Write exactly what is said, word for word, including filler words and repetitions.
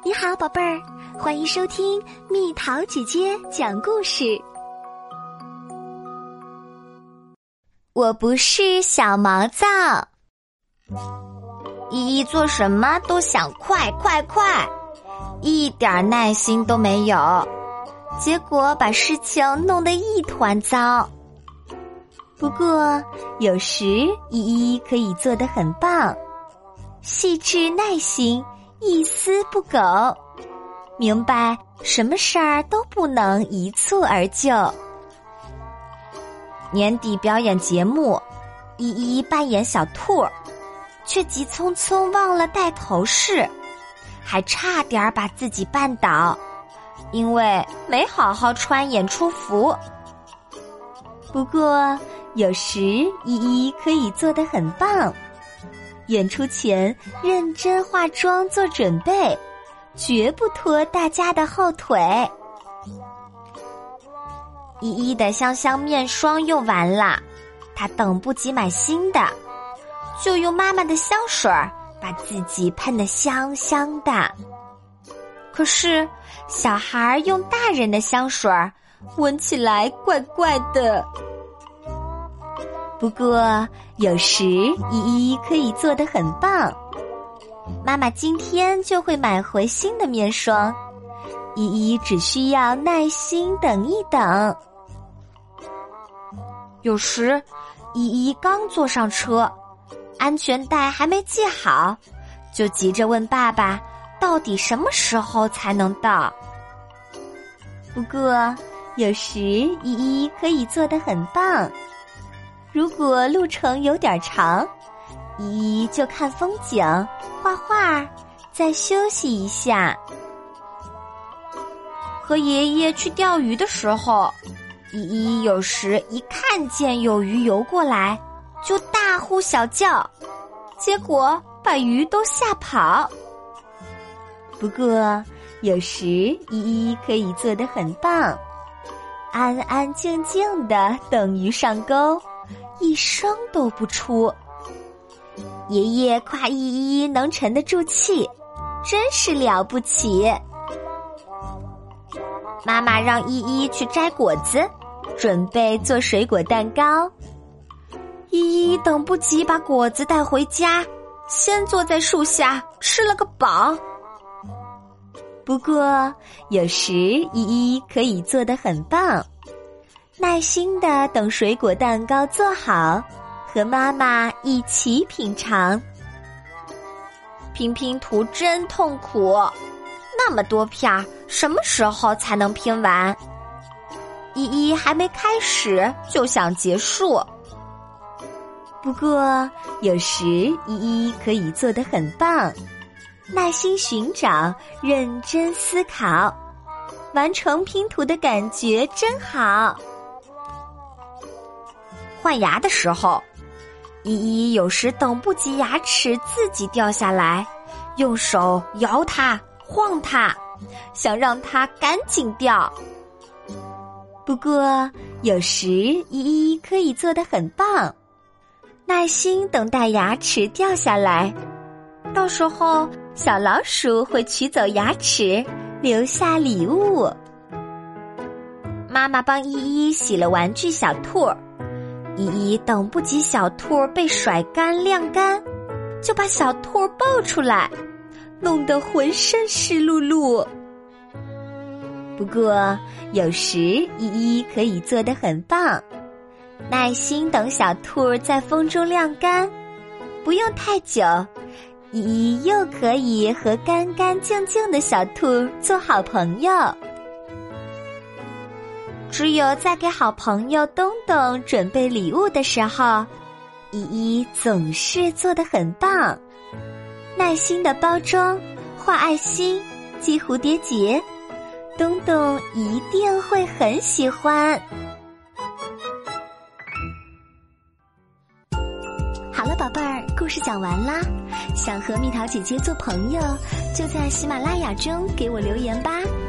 你好，宝贝儿，欢迎收听蜜桃姐姐讲故事。我不是小毛躁。 依依做什么都想快快快，一点耐心都没有，结果把事情弄得一团糟。 不过有时依依可以做得很棒，细致耐心，一丝不苟，明白什么事儿都不能一蹴而就。 年底表演节目，依依扮演小兔，却急匆匆忘了戴头饰，还差点把自己绊倒，因为没好好穿演出服。 不过有时依依可以做得很棒，演出前认真化妆做准备，绝不拖大家的后腿。 依依的香香面霜用完了，她等不及买新的，就用妈妈的香水把自己喷得香香的。可是小孩用大人的香水，闻起来怪怪的。 不过有时依依可以做得很棒，妈妈今天就会买回新的面霜，依依只需要耐心等一等。 有时依依刚坐上车，安全带还没系好，就急着问爸爸到底什么时候才能到。 不过有时依依可以做得很棒，如果路程有点长，依依就看风景，画画，再休息一下。 和爷爷去钓鱼的时候，依依有时一看见有鱼游过来，就大呼小叫，结果把鱼都吓跑。 不过有时依依可以做得很棒，安安静静地等鱼上钩，一声都不出。爷爷夸依依能沉得住气，真是了不起。 妈妈让依依去摘果子，准备做水果蛋糕。依依等不及把果子带回家，先坐在树下吃了个饱。 不过有时依依可以做得很棒，耐心地等水果蛋糕做好，和妈妈一起品尝。 拼拼图真痛苦，那么多片，什么时候才能拼完？依依还没开始就想结束。 不过有时依依可以做得很棒，耐心寻找，认真思考，完成拼图的感觉真好。 换牙的时候，依依有时等不及牙齿自己掉下来，用手摇它晃它，想让它赶紧掉。 不过有时依依可以做得很棒，耐心等待牙齿掉下来，到时候小老鼠会取走牙齿，留下礼物。 妈妈帮依依洗了玩具小兔，依依等不及小兔被甩干晾干，就把小兔抱出来，弄得浑身湿漉漉。 不过有时依依可以做得很棒，耐心等小兔在风中晾干，不用太久，依依又可以和干干净净的小兔做好朋友。 只有在给好朋友东东准备礼物的时候， 依依总是做得很棒，耐心的包装，画爱心，系蝴蝶结，东东一定会很喜欢。好了，宝贝儿，故事讲完啦。想和蜜桃姐姐做朋友，就在喜马拉雅中给我留言吧。